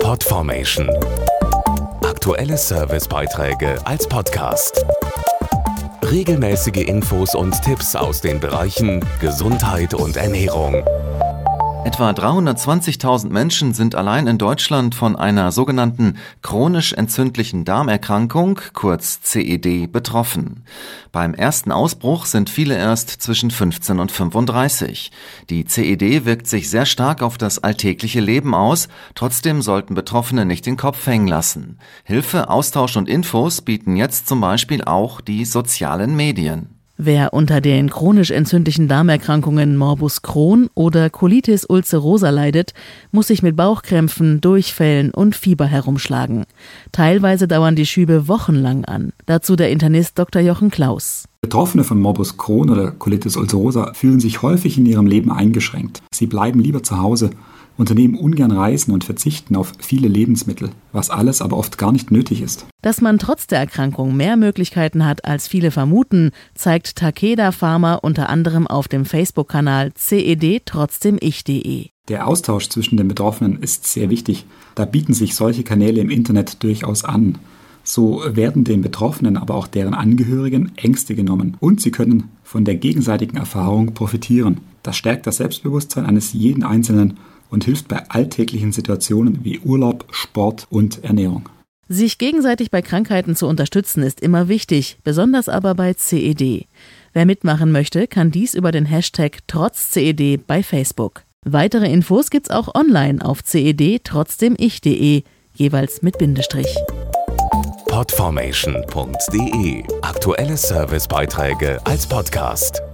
Podformation. Aktuelle Servicebeiträge als Podcast. Regelmäßige Infos und Tipps aus den Bereichen Gesundheit und Ernährung. Etwa 320.000 Menschen sind allein in Deutschland von einer sogenannten chronisch entzündlichen Darmerkrankung, kurz CED, betroffen. Beim ersten Ausbruch sind viele erst zwischen 15 und 35. Die CED wirkt sich sehr stark auf das alltägliche Leben aus, trotzdem sollten Betroffene nicht den Kopf hängen lassen. Hilfe, Austausch und Infos bieten jetzt zum Beispiel auch die sozialen Medien. Wer unter den chronisch entzündlichen Darmerkrankungen Morbus Crohn oder Colitis ulcerosa leidet, muss sich mit Bauchkrämpfen, Durchfällen und Fieber herumschlagen. Teilweise dauern die Schübe wochenlang an. Dazu der Internist Dr. Jochen Klaus. Betroffene von Morbus Crohn oder Colitis ulcerosa fühlen sich häufig in ihrem Leben eingeschränkt. Sie bleiben lieber zu Hause, unternehmen ungern Reisen und verzichten auf viele Lebensmittel, was alles aber oft gar nicht nötig ist. Dass man trotz der Erkrankung mehr Möglichkeiten hat, als viele vermuten, zeigt Takeda Pharma unter anderem auf dem Facebook-Kanal ced-trotzdem-ich.de. Der Austausch zwischen den Betroffenen ist sehr wichtig. Da bieten sich solche Kanäle im Internet durchaus an. So werden den Betroffenen, aber auch deren Angehörigen Ängste genommen und sie können von der gegenseitigen Erfahrung profitieren. Das stärkt das Selbstbewusstsein eines jeden Einzelnen und hilft bei alltäglichen Situationen wie Urlaub, Sport und Ernährung. Sich gegenseitig bei Krankheiten zu unterstützen ist immer wichtig, besonders aber bei CED. Wer mitmachen möchte, kann dies über den Hashtag #TrotzCED bei Facebook. Weitere Infos gibt's auch online auf ced-trotzdem-ich.de, jeweils mit Bindestrich. Podformation.de. Aktuelle Servicebeiträge als Podcast.